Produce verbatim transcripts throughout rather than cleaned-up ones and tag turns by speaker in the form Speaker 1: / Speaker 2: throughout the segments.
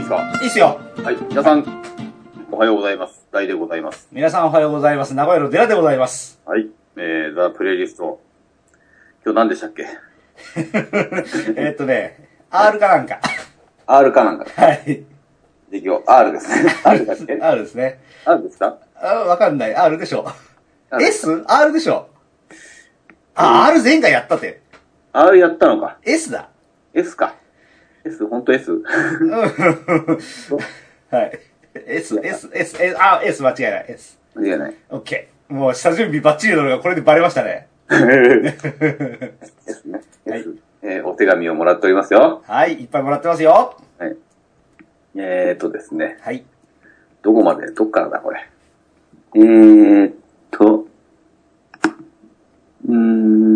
Speaker 1: ですか？
Speaker 2: いいっすよ。
Speaker 1: はい、皆さん、おはようございます。大でございます。
Speaker 2: 皆さんおはようございます。名古屋の寺でございます。
Speaker 1: はい、えー、ザ・プレイリスト。今日何でしたっけ？
Speaker 2: えっとね、R かなんか。
Speaker 1: R かなんか。
Speaker 2: はい。
Speaker 1: で、今日 R ですね。R だっけ？
Speaker 2: R ですね。
Speaker 1: R ですか？
Speaker 2: あ、わかんない。R でしょ。S?R でしょ。あ、R 前回やったって。
Speaker 1: R やったのか。
Speaker 2: S だ。
Speaker 1: S か。S、ほんと S？
Speaker 2: はい。S、S、S、S、あ、S 間違いない。S。
Speaker 1: 間違いない。
Speaker 2: OK。もう下準備バッチリなのがこれでバレましたね。
Speaker 1: S ね。
Speaker 2: はい。
Speaker 1: えー、お手紙をもらっておりますよ。
Speaker 2: はい、いっぱいもらってますよ。
Speaker 1: はい。えーっとですね。
Speaker 2: はい。
Speaker 1: どこまで、どっからだ、これ。えーっと、うー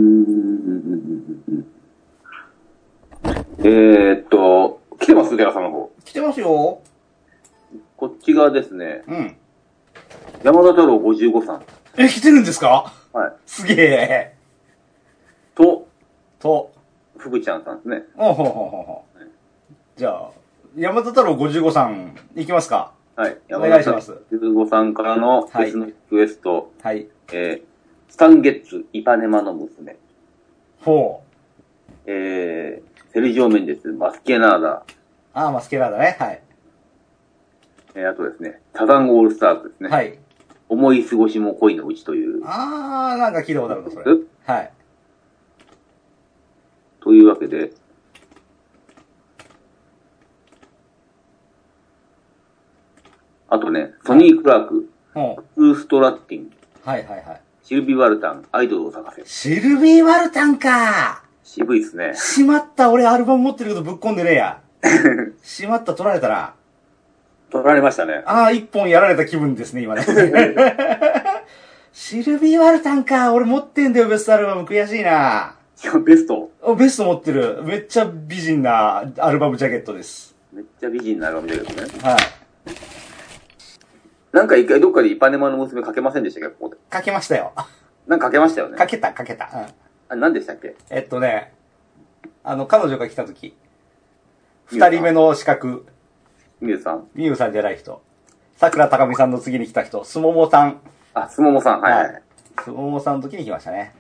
Speaker 1: ん、えーっと、来てます？寺さんの方。
Speaker 2: 来てますよ。
Speaker 1: こっち側ですね。
Speaker 2: うん。
Speaker 1: 山田太郎ごじゅうごさん。
Speaker 2: え、来てるんですか？
Speaker 1: はい。
Speaker 2: すげえ。
Speaker 1: と、
Speaker 2: と、
Speaker 1: ふぐちゃんさんですね。
Speaker 2: おほほほほ。じゃあ、山田太郎ごじゅうごさん、いきますか？
Speaker 1: はい。
Speaker 2: お願いします。
Speaker 1: 山田太郎ごじゅうごさんからのフェスのリクエスト。
Speaker 2: はい。
Speaker 1: えー、スタンゲッツ、イパネマの娘。
Speaker 2: ほう。
Speaker 1: えー、セルジオ・メンデス、マスケナーダ。
Speaker 2: ああ、マスケラーだね。はい。
Speaker 1: えー、あとですね、サザンオールスターズですね。
Speaker 2: はい。
Speaker 1: 思い過ごしも恋のうちという。
Speaker 2: ああ、なんか聞いたことあるの、それ。はい。
Speaker 1: というわけで、あとね、ソニー・クラーク、ウーストラッティン、
Speaker 2: はいはいはい。
Speaker 1: シルビー・ワルタン、アイドルを探せ。
Speaker 2: シルビー・ワルタンか。
Speaker 1: 渋いっすね。
Speaker 2: しまった、俺アルバム持ってるけどぶっ込んでねえや。しまった、取られたな。
Speaker 1: 取られましたね。
Speaker 2: ああ、一本やられた気分ですね、今ね。シルビー・ワルタンか。俺持ってんだよ、ベストアルバム。悔しいな。
Speaker 1: ベスト
Speaker 2: ベスト持ってる。めっちゃ美人なアルバムジャケットです。
Speaker 1: めっちゃ美人なアルバムジャケットね。
Speaker 2: はい。
Speaker 1: なんか一回どっかでイパネマの娘かけませんでしたっけ、ここで。
Speaker 2: かけましたよ。
Speaker 1: なんかかけましたよね。
Speaker 2: かけた、かけた。うん。
Speaker 1: あ、何でしたっけ？
Speaker 2: えっとね、あの、彼女が来た時、二人目の資格。
Speaker 1: みゆさん
Speaker 2: みゆさんじゃない人。桜高美さんの次に来た人、すももさん。
Speaker 1: あ、すももさん、はいはい。
Speaker 2: すももさんの時に来ましたね。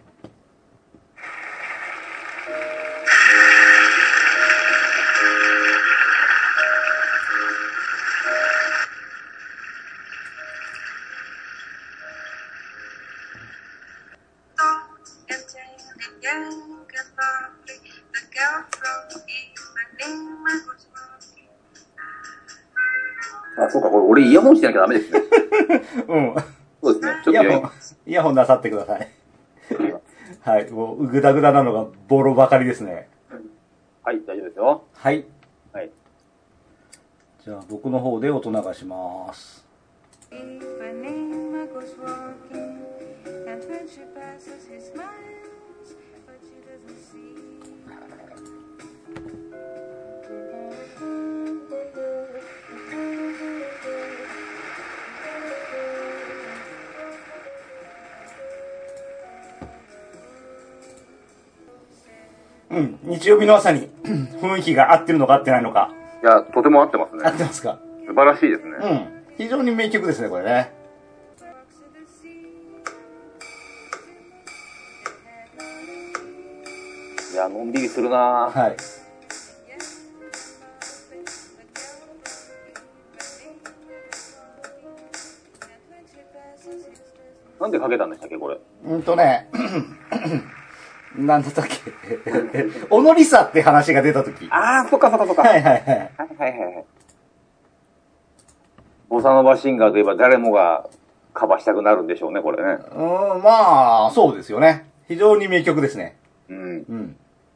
Speaker 1: あ、そうか、これ俺イヤホンしてなきゃダメですね。
Speaker 2: うん。
Speaker 1: そうですね。ちょっと
Speaker 2: イヤホン、イヤホンなさってください。はい。もう、ぐだぐだなのがボロばかりですね。
Speaker 1: はい、大丈夫ですよ。
Speaker 2: はい。
Speaker 1: はい。
Speaker 2: じゃあ、僕の方で音流します。うん。日曜日の朝に雰囲気が合ってるのか合ってないのか。
Speaker 1: いや、とても合ってますね。
Speaker 2: 合ってますか？
Speaker 1: 素晴らしいですね。
Speaker 2: うん。非常に名曲ですね、これね。
Speaker 1: いや、のんびりするなぁ。
Speaker 2: はい。
Speaker 1: なんでかけたんでしたっけ、これ。
Speaker 2: うんとね、なんだったっけ。オノリサって話が出たとき。
Speaker 1: あー、そっかそっかそっか。
Speaker 2: はいはいはい。
Speaker 1: はいはいはい。ボサノバシンガーといえば誰もがカバーしたくなるんでしょうね、これね。
Speaker 2: うーん、まあ、そうですよね。非常に名曲ですね。
Speaker 1: うん。
Speaker 2: うん。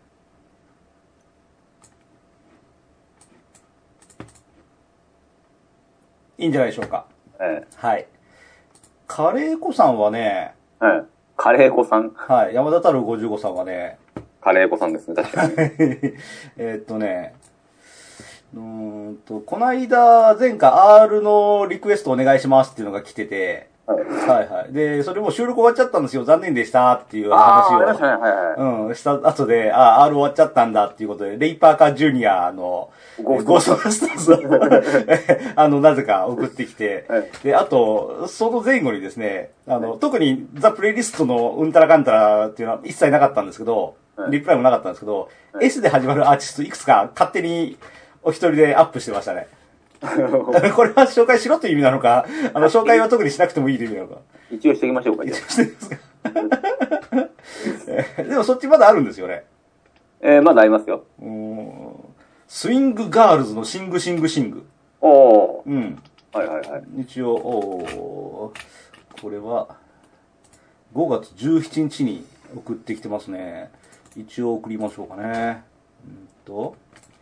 Speaker 2: いいんじゃないでしょうか。
Speaker 1: ええ。
Speaker 2: はい。カレー子さんはね、
Speaker 1: はい。カレー子さん。
Speaker 2: はい。山田太郎ごじゅうごさんはね、
Speaker 1: カレー子さんですね、確かに。
Speaker 2: えっとね、うーんと、この間、前回 R のリクエストお願いしますっていうのが来てて、
Speaker 1: は
Speaker 2: はいはい。で、それも収録終わっちゃったんですよ。残念でしたっていう話
Speaker 1: ああ、ありま
Speaker 2: を。
Speaker 1: したね。はいはい。
Speaker 2: うん、した後で、ああ、R 終わっちゃったんだっていうことで、レイパーカージュニアの
Speaker 1: ゴー
Speaker 2: ゴースト
Speaker 1: ストバス
Speaker 2: バスターズをあの、なぜか送ってきて、
Speaker 1: はい
Speaker 2: で、あと、その前後にですね、あの、特にザ・プレイリストのうんたらかんたらっていうのは一切なかったんですけど、
Speaker 1: はい
Speaker 2: リプライもなかったんですけど、
Speaker 1: はい
Speaker 2: S で始まるアーティストいくつか勝手にお一人でアップしてましたね。これは紹介しろという意味なのか、あの、紹介は特にしなくてもいいという意味なのか。
Speaker 1: 一応しておきましょうか、じゃあ。
Speaker 2: してるんですかえでもそっちまだあるんですよね。
Speaker 1: えー、まだありますよ。
Speaker 2: うーんスイングガールズのシングシングシング。
Speaker 1: おお。
Speaker 2: うん。
Speaker 1: はいはいはい。
Speaker 2: 一応、おーこれは、ごがつじゅうしちにちに送ってきてますね。一応送りましょうかね。うんと。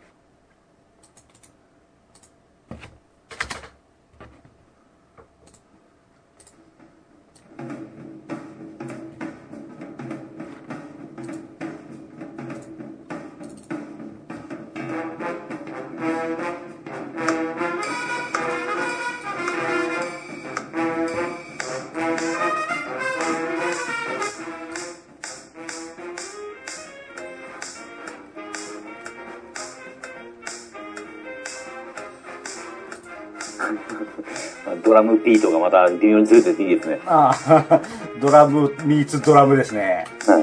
Speaker 1: ドラムビートがまた微妙にずれてていいですね。
Speaker 2: ああ、ドラム、ミーツドラムですね。
Speaker 1: はい。
Speaker 2: うん。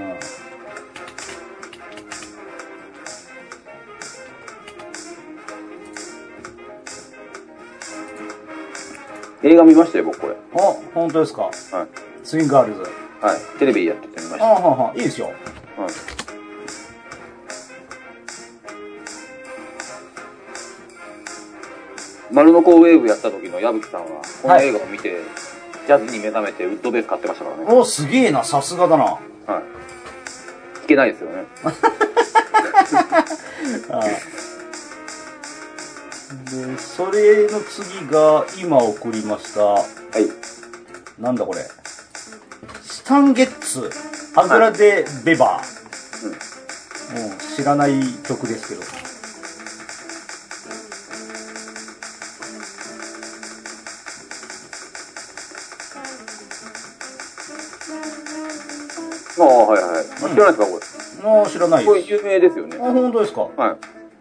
Speaker 1: 映画見ましたよ、僕これ。
Speaker 2: あ、本当ですか。
Speaker 1: はい。
Speaker 2: スイングガールズ。
Speaker 1: はい。テレビやってて見まし
Speaker 2: あ
Speaker 1: た。
Speaker 2: はは、いいですよ。
Speaker 1: はい。丸のこウェーブやった時の矢吹さんは、この映画を見て、ジャズに目覚めてウッドベース買ってましたからね。
Speaker 2: お、すげえな、さすがだな。
Speaker 1: はい。聞けないですよね。
Speaker 2: あで、それの次が、今送りました。
Speaker 1: はい。
Speaker 2: なんだこれ。スタンゲッツ、アグラデ・ベバー。
Speaker 1: うん。
Speaker 2: うん、知らない曲ですけど。
Speaker 1: ああ、はいはい。あ、知らないですか、これ。
Speaker 2: ああ、知らない
Speaker 1: これ
Speaker 2: です。
Speaker 1: 有名ですよね。
Speaker 2: あ、本当ですか。
Speaker 1: はい。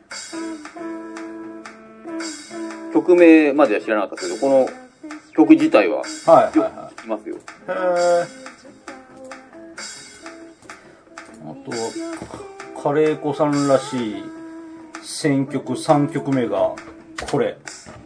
Speaker 1: 曲名までは知らなかったですけど、この曲自体は
Speaker 2: はいはいは
Speaker 1: 聞きますよ。
Speaker 2: い。へえ。あと、カレー子さんらしい選曲さんきょくめが、これ。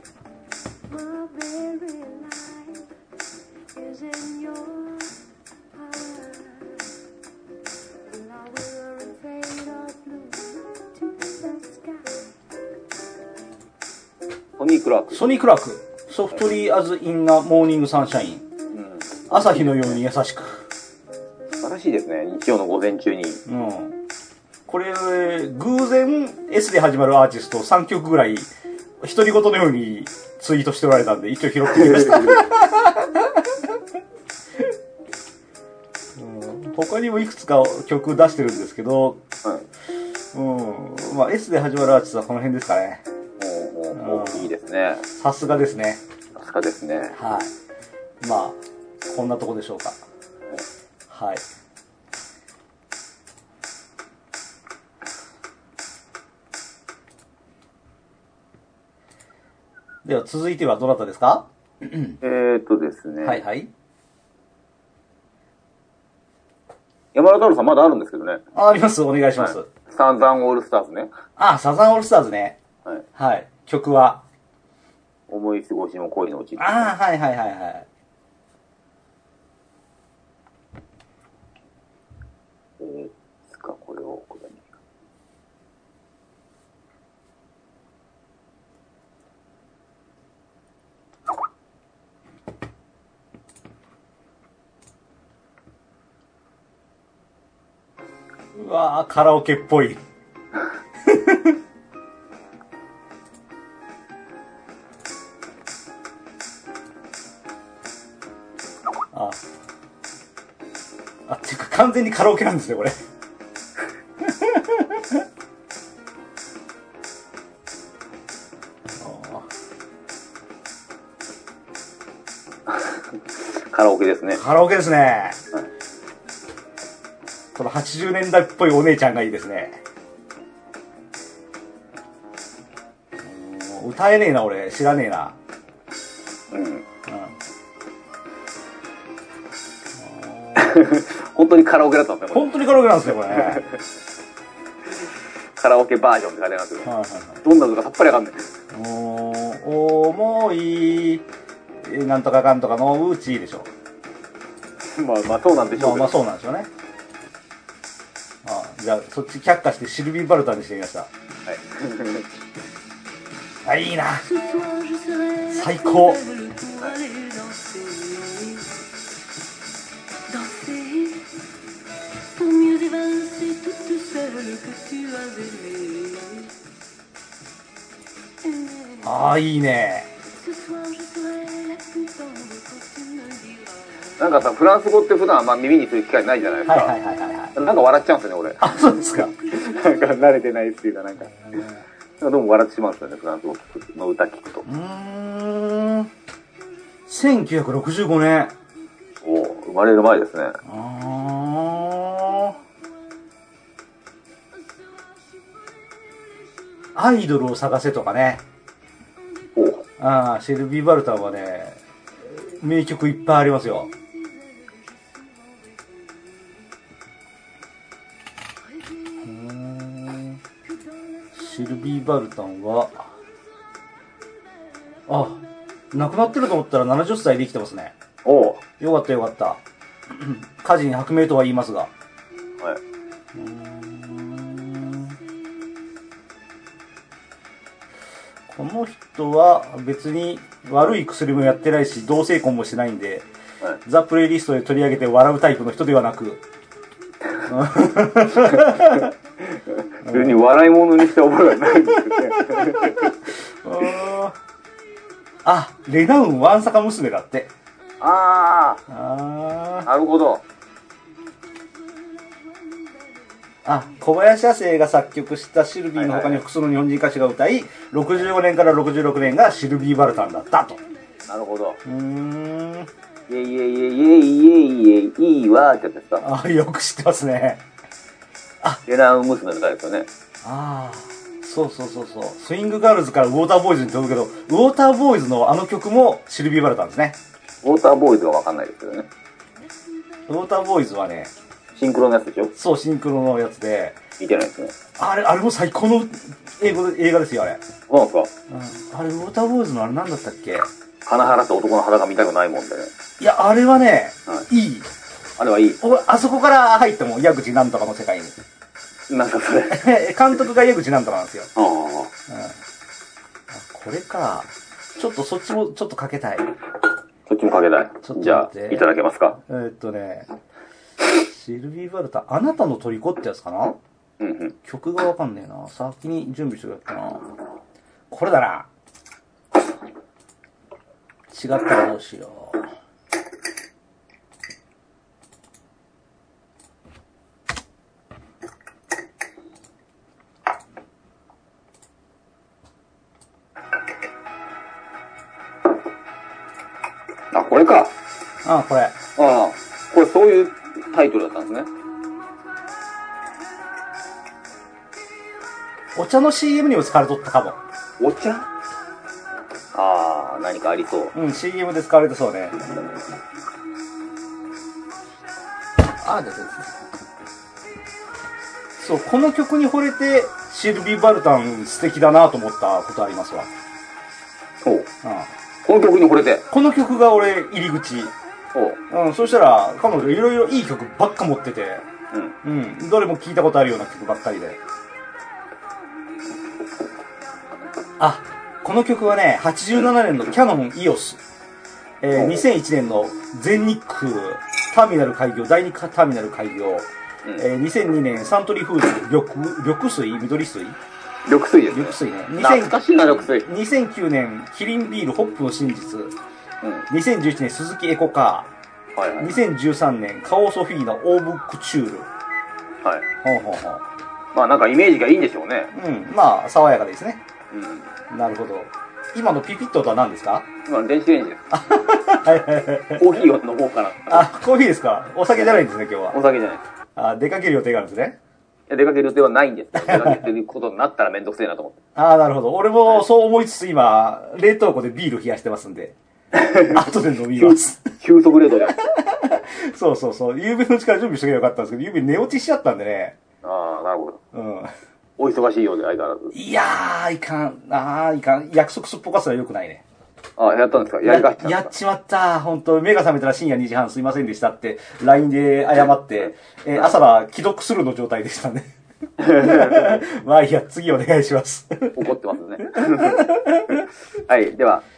Speaker 1: ソニー・クラーク。
Speaker 2: ソニー・クラーク。ソフトリー・アズ・イン・ナ・モーニング・サンシャイン。
Speaker 1: うん。
Speaker 2: 朝日のように優しく。
Speaker 1: 素晴らしいですね。日曜の午前中に。
Speaker 2: うん。これ、偶然 S で始まるアーティストさんきょくぐらい、独り言のようにツイートしておられたんで、一応拾ってみました。うん、他にもいくつか曲出してるんですけど、
Speaker 1: はい。
Speaker 2: うん。まあ S で始まるアーティストはこの辺ですかね。
Speaker 1: もう、もう、もういいですね。
Speaker 2: さすがですね。
Speaker 1: さすがですね。
Speaker 2: はい。まあ、こんなとこでしょうか。はい。では続いてはどなたですか？
Speaker 1: えーっとですね。
Speaker 2: はいはい。
Speaker 1: 山田太郎さんまだあるんですけどね。
Speaker 2: あ、あります。お願いします。
Speaker 1: はい、サザンオールスターズね。
Speaker 2: あ、サザンオールスターズね。
Speaker 1: はい。
Speaker 2: はい。曲は
Speaker 1: 思い過ごしの恋のうち。
Speaker 2: ああ、はいはいはいはい。
Speaker 1: えー、つか、これを、これに。
Speaker 2: うわー、カラオケっぽい。ああ、っていうか完全にカラオケなんですね、これ。
Speaker 1: カラオケですね。
Speaker 2: カラオケですね。
Speaker 1: はい、
Speaker 2: このはちじゅうねんだいっぽいお姉ちゃんがいいですね。歌えねえな、俺。知らねえな。
Speaker 1: うん。うん、本当にカラオケだったんですね、これ。
Speaker 2: 本当にカラオケなんですね、これね。
Speaker 1: カラオケバージョンって書いてありますけど、はいはいはい、どんな歌かさっぱりわかんない。
Speaker 2: お重いなんとかかんとかのうちでしょ。
Speaker 1: まあまあそうなんでしょうけど。
Speaker 2: まあまあそうなんでしょうね。ああ、じゃあそっち却下してシルビー・バルタンにしてみました。はい。あ、いいな。最高。はい、ああ、いいね。
Speaker 1: なんかさ、フランス語って普段あんま耳にする機会ないじゃないですか。
Speaker 2: はいはいはいはい、はい。
Speaker 1: なんか笑っちゃうんですよね、俺。
Speaker 2: あ、そうですか。
Speaker 1: なんか慣れてないっていうか、なんか。なんかどうも笑ってしまうんですよね、フランス語の歌聞くと。
Speaker 2: うーん。せんきゅうひゃくろくじゅうごねん。
Speaker 1: おお、生まれる前ですね。あ
Speaker 2: あ。アイドルを探せとかね。
Speaker 1: お
Speaker 2: ああ、シルビー・バルタンはね、名曲いっぱいありますよ。うーん、シルビー・バルタンは、あ、亡くなってると思ったらななじゅっさいで生きてますね。
Speaker 1: お
Speaker 2: よかったよかった。家事に薄命とは言いますが。はい。うーん、この人は別に悪い薬もやってないし同性婚もしてないんで、はい、ザ・プレイリストで取り上げて笑うタイプの人ではなく
Speaker 1: 別に笑い物にして覚えがないんですけどね。
Speaker 2: あ、レナウンワンサカ娘だって。
Speaker 1: ああ、あ、なるほど。
Speaker 2: あ、小林亜生が作曲したシルビーの他に複数の日本人歌手が歌い、ろくじゅうごねんからろくじゅうろくねんがシルビー・バルタンだったと。
Speaker 1: なるほど。
Speaker 2: うーん。
Speaker 1: イエイイエイイエイイエイイエイいいわーってやつですか。
Speaker 2: あ、よく知ってますね。
Speaker 1: あ、レナウン娘の歌ですよね。
Speaker 2: ああ、そうそうそうそう。スイングガールズからウォーターボーイズに飛ぶけど、ウォーターボーイズのあの曲もシルビー・バルタンですね。
Speaker 1: ウォーターボーイズはわかんないですけどね。
Speaker 2: ウォーターボーイズはね、
Speaker 1: シンクロのやつでしょ。
Speaker 2: そう、シンクロのやつで。
Speaker 1: 見てないですね。
Speaker 2: あれ、あれも最高の英語映画ですよ、あれ。
Speaker 1: そうなんですか。
Speaker 2: うん。あれ、ウォーターボーイズのあれなんだったっけ。
Speaker 1: 花晴らす男の裸見たくないもんでね。
Speaker 2: いや、あれはね、はい、いい。
Speaker 1: あれはいい。
Speaker 2: 俺、あそこから入っても、矢口なんとかの世界に。
Speaker 1: なんかそれ。
Speaker 2: 監督が矢口なんとかなんですよ。
Speaker 1: ああ、うん。
Speaker 2: あ、これか。ちょっとそっちもちょっとかけたい。
Speaker 1: そっちもかけたい。じゃあ、いただけますか。
Speaker 2: えー、っとね、シルビー・バルタン、あなたの虜ってやつかな。
Speaker 1: うんうん。
Speaker 2: 曲がわかんねえな。先に準備してくれたな。これだな。違ったらどうしよう。
Speaker 1: あ、これか。
Speaker 2: ああ、これ。あ
Speaker 1: あ、これそういうタイトルだったんですね。
Speaker 2: お茶の シーエム にも使われとったかも。
Speaker 1: お茶？ああ、何かありそう。
Speaker 2: うん、シーエム で使われてそうね。ああ、出てる。そう、この曲に惚れて、シルビー・バルタン素敵だなと思ったことありますわ。
Speaker 1: おう。うん。この曲に惚れて。
Speaker 2: この曲が俺、入り口。おう。うん、そしたら、彼女いろいろいい曲ばっか持ってて、うん。うん。どれも聞いたことあるような曲ばっかりで。あ、この曲はね、はちじゅうななねんのキャノン イオス、えー、にせんいちねんの全日空ターミナル開業、だいにターミナル開業、うん、えー、にせんにねんサントリーフーズ緑、緑水、緑水
Speaker 1: 緑水ですね。
Speaker 2: 緑水ね。
Speaker 1: 懐かしいな、緑水。
Speaker 2: にせんきゅうねんキリンビールホップの真実、うん、にせんじゅういちねん鈴木エコカー、はいはい、にせんじゅうさんねんカオソフィーナオーブクチュール。はい。ほうほうほう。
Speaker 1: まあなんかイメージがいいんでしょうね。
Speaker 2: うん、まあ爽やかですね。
Speaker 1: うん、
Speaker 2: なるほど。 今のピピッと音は何ですか？
Speaker 1: 今の電子レンジです。
Speaker 2: はいはいはい。
Speaker 1: コーヒーを飲もうかな。
Speaker 2: あ、コーヒーですか？お酒じゃないんですね、今日は。
Speaker 1: お酒じゃないです。
Speaker 2: あ、出かける予定があるんですね。
Speaker 1: いや、出かける予定はないんですけど、出かけることになったらめんどくせえなと思って。
Speaker 2: ああ、なるほど。俺もそう思いつつ今、冷凍庫でビール冷やしてますんで。後で飲みます。
Speaker 1: 急速冷凍で。
Speaker 2: そうそうそう。夕べのうちから準備しとけばよかったんですけど、夕べ寝落ちしちゃったんでね。
Speaker 1: ああ、なるほど。
Speaker 2: うん。
Speaker 1: お忙しいようで相変わらず。
Speaker 2: いやー、いかん。あー、いかん。約束すっぽかすのは良くないね。
Speaker 1: ああ、やったんですか？やりかしたんですか？
Speaker 2: やっちまった。本当目が覚めたら深夜にじはんすいませんでしたって、ライン で謝って、えー、朝は既読スルーの状態でしたね。まあいいや、次お願いします。
Speaker 1: 怒ってますね。はい、では。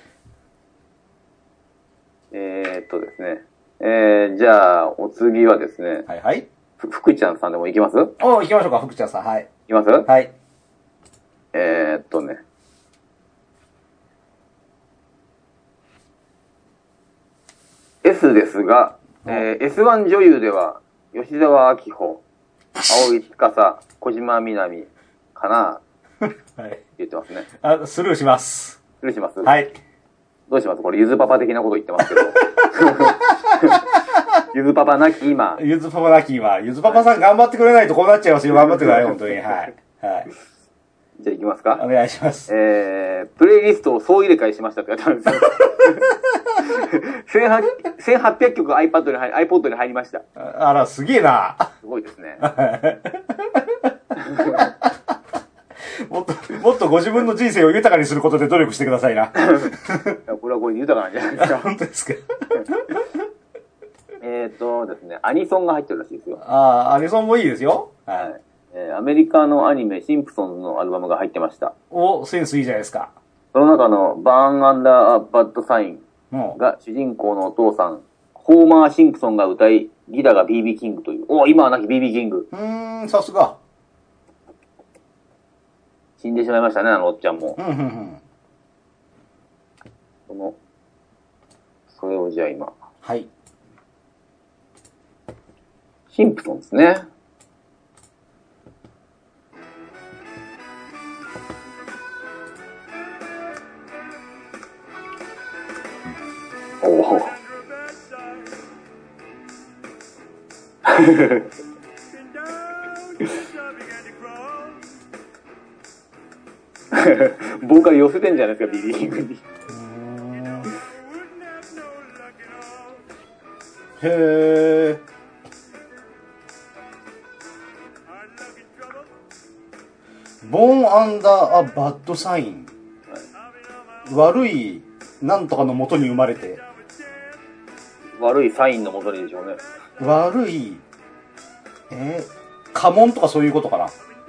Speaker 1: えー、っとですね。えー、じゃあ、お次はですね。
Speaker 2: はいはい。
Speaker 1: ふ、福ちゃんさんでも行きます？
Speaker 2: お行きましょうか、福ちゃんさん。はい。
Speaker 1: 行きます？
Speaker 2: はい。
Speaker 1: えー、っとね。S ですが、えー、エスワン 女優では、吉沢明穂、青井司、小島みなみかな、はい、言ってますね。
Speaker 2: あ、スルーします。
Speaker 1: スルーします？
Speaker 2: はい。
Speaker 1: どうします？これ、ゆずパパ的なこと言ってますけど。ゆずパパなき今。
Speaker 2: ゆずパパなき今。ゆずパパさん頑張ってくれないとこうなっちゃいますよ。頑張ってください、本当に。はい。はい。
Speaker 1: じゃあ行きますか？
Speaker 2: お願いします。
Speaker 1: えー、プレイリストを総入れ替えしましたってやったんですよ。せんはっぴゃくきょく iPad に入り、iPod に入りました。
Speaker 2: あら、すげえな。
Speaker 1: すごいですね。
Speaker 2: もっと、もっとご自分の人生を豊かにすることで努力してくださいな。
Speaker 1: これはこれで豊かなんじゃないですか。
Speaker 2: 本当ですか。
Speaker 1: えっとですね、アニソンが入ってるらしいですよ。
Speaker 2: ああ、アニソンもいいですよ。はい。
Speaker 1: えー、アメリカのアニメ、シンプソンズのアルバムが入ってました。
Speaker 2: お、センスいいじゃないですか。
Speaker 1: その中のバーンアンダーアバッドサインが主人公のお父さん、ホーマー・シンプソンが歌い、ギターが ビービー キングという。お、今はなき ビービー キング。
Speaker 2: うーん、さすが。
Speaker 1: 死んでしまいましたね、あのおっちゃんも。
Speaker 2: うん、うん、うん。
Speaker 1: その、それをじゃあ今。
Speaker 2: はい。
Speaker 1: シンプソンですね。おお。ボーカル寄せてんじゃないですか、ビリー・キングに。
Speaker 2: へー。ボーンアンダーアバッドサイン。はい、悪いなんとかの元に生まれて。
Speaker 1: 悪いサインの元にでしょうね。
Speaker 2: 悪い、えー、家紋とかそういうことかな。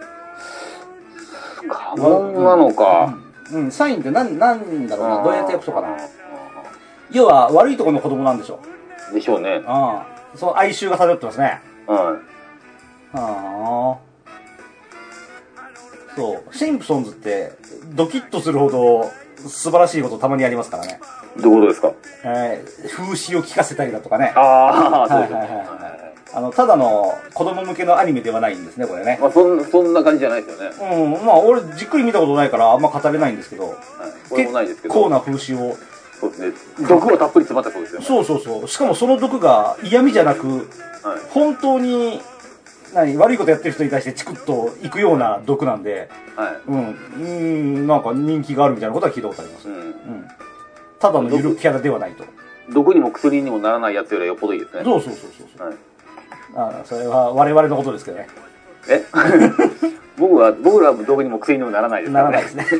Speaker 1: 家紋なのか。
Speaker 2: うん、うん、サインって何、なんだろうな、どうやって訳そうかな。要は悪いところの子供なんでしょ
Speaker 1: う。でしょうね。
Speaker 2: ああ、その哀愁が漂ってますね。
Speaker 1: はい。
Speaker 2: ああ。そう、シンプソンズってドキッとするほど素晴らしいことたまにありますからね。
Speaker 1: どういうことですか？
Speaker 2: えー、風刺を聞かせたりだとかね。
Speaker 1: ああ、
Speaker 2: はいはいはいはい。あの、ただの子供向けのアニメではないんですね、これね。
Speaker 1: まあ、そん、そんな感じじゃないですよね。
Speaker 2: うん、まあ、俺、じっくり見たことないから、あんま語れないんですけど。はい、
Speaker 1: これもないですけど。
Speaker 2: 結構な風刺を。
Speaker 1: そうですね。毒をたっぷり詰まったそうですよね。
Speaker 2: そうそうそう。しかもその毒が嫌味じゃなく、はい、本当に、何、悪いことやってる人に対してチクッといくような毒なんで、はい、うん、うん、なんか人気があるみたいなことは聞いたことあります。うん。うん、ただのゆるキャラではないと。
Speaker 1: 毒にも薬にもならないやつよりはよっぽどいいですね。
Speaker 2: そうそうそうそう。はい。ああ、それは我々のことですけどね。
Speaker 1: え僕は、僕らは毒にも薬にもならないですからね。ならないですね。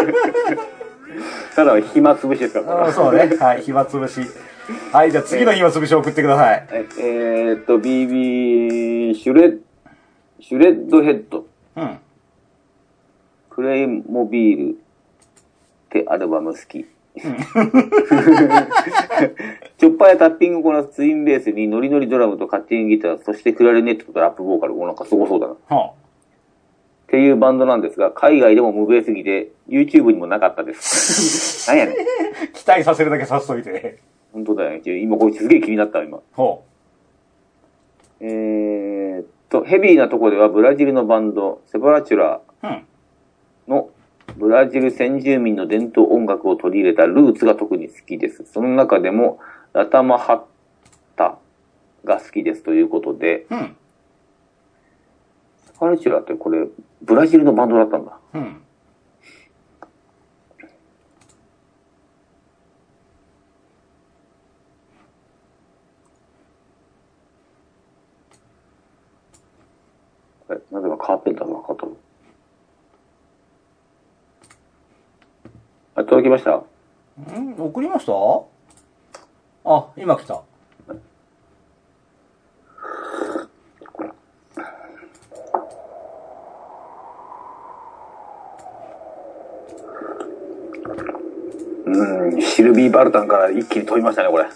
Speaker 1: ただ暇つぶしですから。
Speaker 2: あ、そうね。はい、暇つぶし。はい、じゃあ次の暇つぶしを送ってください。
Speaker 1: えー、えー、っと、ビービー、シュレッ、シュレッドヘッド。うん。プレイモビールってアルバム好き。チョッパーやタッピングをこなすツインベースにノリノリドラムとカッティングギター、そしてクラリネットとラップボーカル。なんかすごそうだな。はあ、っていうバンドなんですが、海外でも無名すぎて YouTube にもなかったです。なんやねん。
Speaker 2: 期待させるだけさせといて。
Speaker 1: 本当だよね。今これすげえ気になった今。はあ、えーっと、ヘビーなとこではブラジルのバンド、セパラチュラのブラジル先住民の伝統音楽を取り入れたルーツが特に好きです。その中でもラタマハッタが好きですということで、うん、サカルチュラってこれブラジルのバンドだったんだ。うん、え、なぜかカーペンターがかかったの。あ、届きました？
Speaker 2: ん？送りました？あ、今来た。
Speaker 1: うん、シルビー・バルタンから一気に飛びましたね、これ。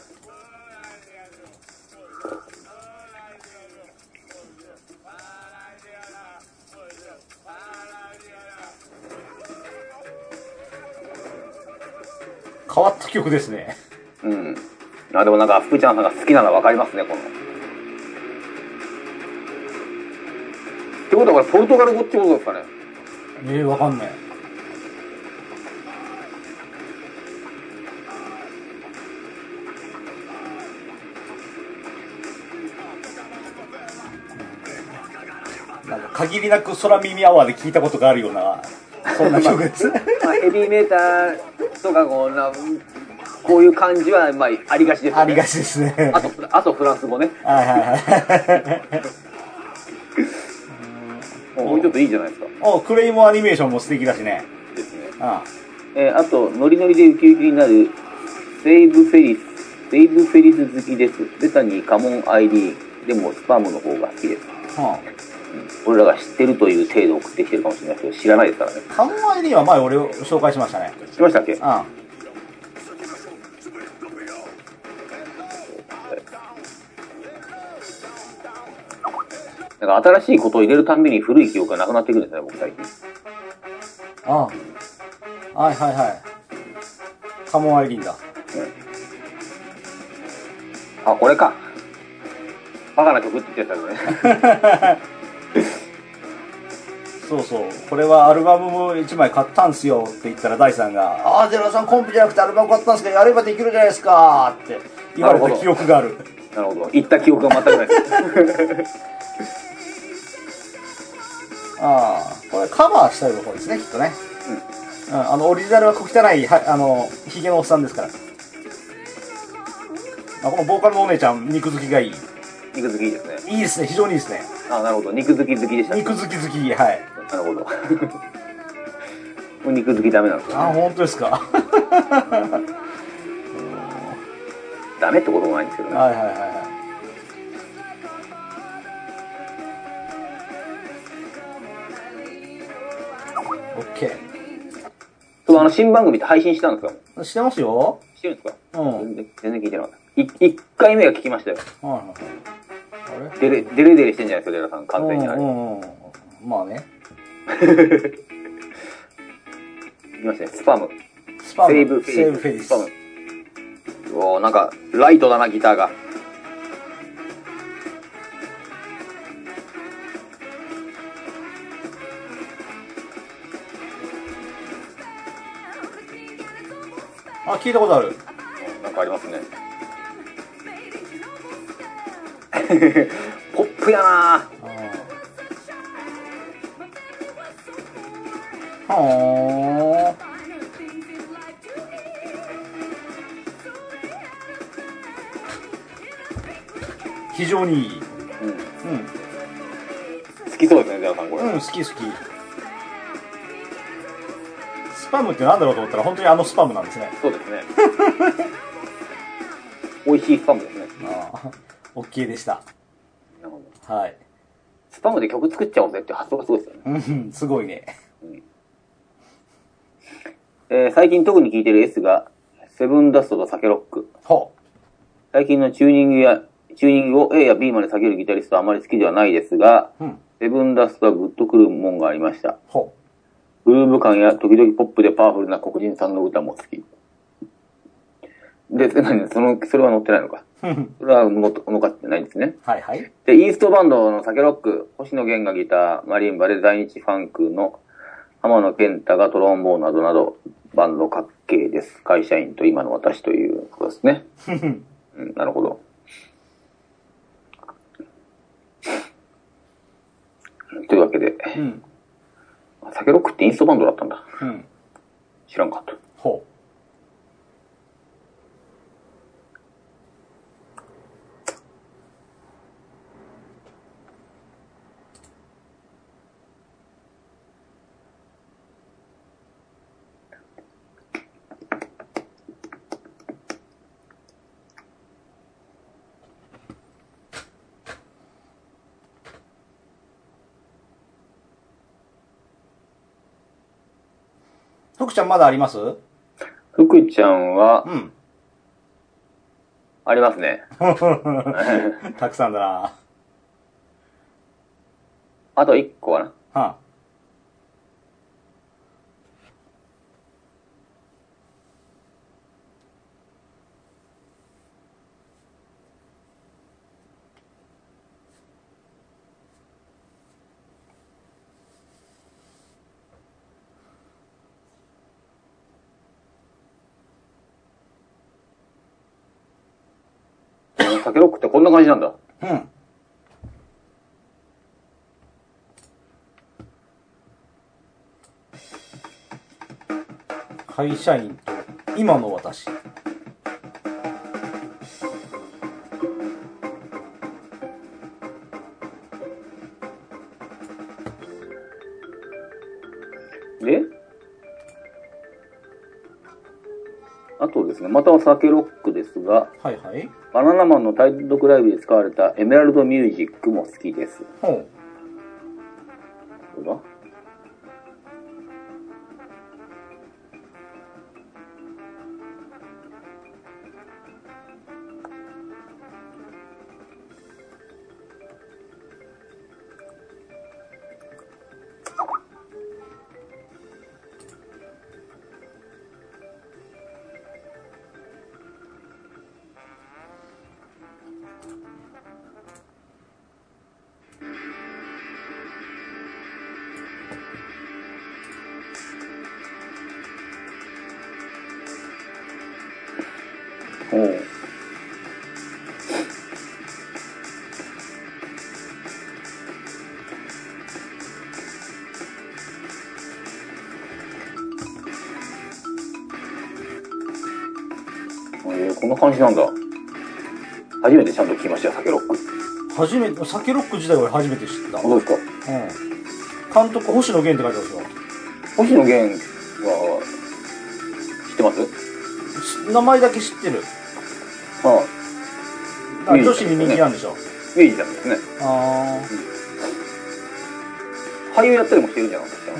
Speaker 2: 変わった曲ですね。
Speaker 1: うん。あ、でもなんか福ちゃんさんが好きなのは分かりますね、この。ってことはこれポルトガル語ってことですかね。
Speaker 2: えー、分かんない。なんか限りなく空耳アワーで聞いたことがあるようなそんな曲です。
Speaker 1: まあ、ヘビーメーターとかこうなこういう感じはまあありがちですね。
Speaker 2: ありがちですね。
Speaker 1: あとあとフランス語ね。
Speaker 2: はいはいはい。
Speaker 1: もうちょっといいじゃないですか。
Speaker 2: おクレイモアニメーションも素敵だしね。
Speaker 1: ですね。
Speaker 2: ああ、
Speaker 1: えー、あとノリノリでウキウキになるセイブフェリスセイブフェリス好きです。ベタにカモン アイディー でもスパムの方が好きです。はあ、うん、俺らが知ってるという程度送ってきてるかもしれないけど知らないですからね。
Speaker 2: カモン アイディー は前俺を紹介しましたね。
Speaker 1: しましたっけ？
Speaker 2: ああ、
Speaker 1: なんか新しいことを入れるたんびに古い記憶がなくなっていくんですね、僕最近。
Speaker 2: ああ、はいはいはい。カモン アイディー だ。
Speaker 1: うん、あ、これか。バカな曲って言ってたよね。
Speaker 2: そうそう。これはアルバムもいちまい買ったんすよって言ったら大さんが、ああ、ゼロさんコンピじゃなくてアルバム買ったんすけど、やればできるじゃないですかって言われた記憶がある。
Speaker 1: なるほど。言った記憶が全くないです。
Speaker 2: ああ、これカバーしたいところですね、きっとね。うん。うん、あの、オリジナルは小汚い、は、あの、ヒゲのおっさんですから。あ、このボーカルのお姉ちゃん、肉好きがいい。
Speaker 1: 肉好きいいですね。
Speaker 2: いいですね、非常にいいですね。
Speaker 1: あ、なるほど。肉好き好きでした。
Speaker 2: 肉好き好き、はい。
Speaker 1: なるほど。もう肉好きダメなんですよ、ね。
Speaker 2: あ、本当ですか。
Speaker 1: ダメってこともないんですけどね。
Speaker 2: はいはいはいはい。オッケー。
Speaker 1: そう、あの新番組って配信したんですか？
Speaker 2: してますよ。
Speaker 1: してるんですか？
Speaker 2: うん。
Speaker 1: 全然、全然聞いてなかった。い一回目が聞きましたよ。はいはい。あれ？デレデレデレしてんじゃないですか、デラさん、完全にあれ。うんうんうん。
Speaker 2: まあね。
Speaker 1: いましたね、スパム。
Speaker 2: スパム。
Speaker 1: セーブフェリス。
Speaker 2: セーブフェリス。
Speaker 1: スパム。おー、なんか、ライトだな、ギターが。
Speaker 2: あ、聞いたことある。
Speaker 1: なんかありますね。ポップやなぁ。
Speaker 2: はあ。非常にいい。うん。うん。
Speaker 1: 好きそうですね、ゼラさんこれ。
Speaker 2: うん、好き好き。スパムってなんだろうと思ったら本当にあのスパムなんですね。
Speaker 1: そうですね。美味しいスパムですね。
Speaker 2: ああ、OK でした。
Speaker 1: なるほど。
Speaker 2: はい。
Speaker 1: スパムで曲作っちゃおうぜっていう発想がすごいですよね。
Speaker 2: うん、すごいね。
Speaker 1: うんえー、最近特に聴いてる S が、セブンダストとサケロック。
Speaker 2: ほう。最
Speaker 1: 近のチューニングや、チューニングを A や B まで下げるギタリストはあまり好きではないですが、うん、セブンダストはグッとくるもんがありました。ほう。グルーヴ感や時々ポップでパワフルな黒人さんの歌も好き。で、何その、それは載ってないのか。それは乗っかってないんですね。
Speaker 2: はいはい。
Speaker 1: で、イーストバンドのサケロック、星野源がギター、マリンバで在日ファンクの浜野健太がトロンボーンなどなど、バンドかっけーです。会社員と今の私ということですね。うん、なるほど。というわけで、うん、サケロックってインストバンドだったんだ。うん、知らんかった。ほう。
Speaker 2: 福ちゃんまだあります？
Speaker 1: 福ちゃんは、うん、ありますね。
Speaker 2: たくさんだな。
Speaker 1: あと一個かな。はあ、サケロックってこんな感じなんだ。うん。
Speaker 2: 会社員と今の私。
Speaker 1: で、あとですね、またサケロックですが、はいはい。バナナマンの単独ライブで使われたエメラルドミュージックも好きです。ほう。どうだ？おう。えー、こんな感じなんだ。初めてちゃんと聞きましたよ、サケロック。
Speaker 2: 初めて、サケロック自体は初めて知った。
Speaker 1: どうですか？
Speaker 2: うん。監督、星野源って書いてますよ。
Speaker 1: 星野源は、知ってます？
Speaker 2: 名前だけ知ってる。ああ。女子に人気なんでしょ。
Speaker 1: ミュージシャンですね。ああ、うん。俳優やったりもしてるじゃないですか。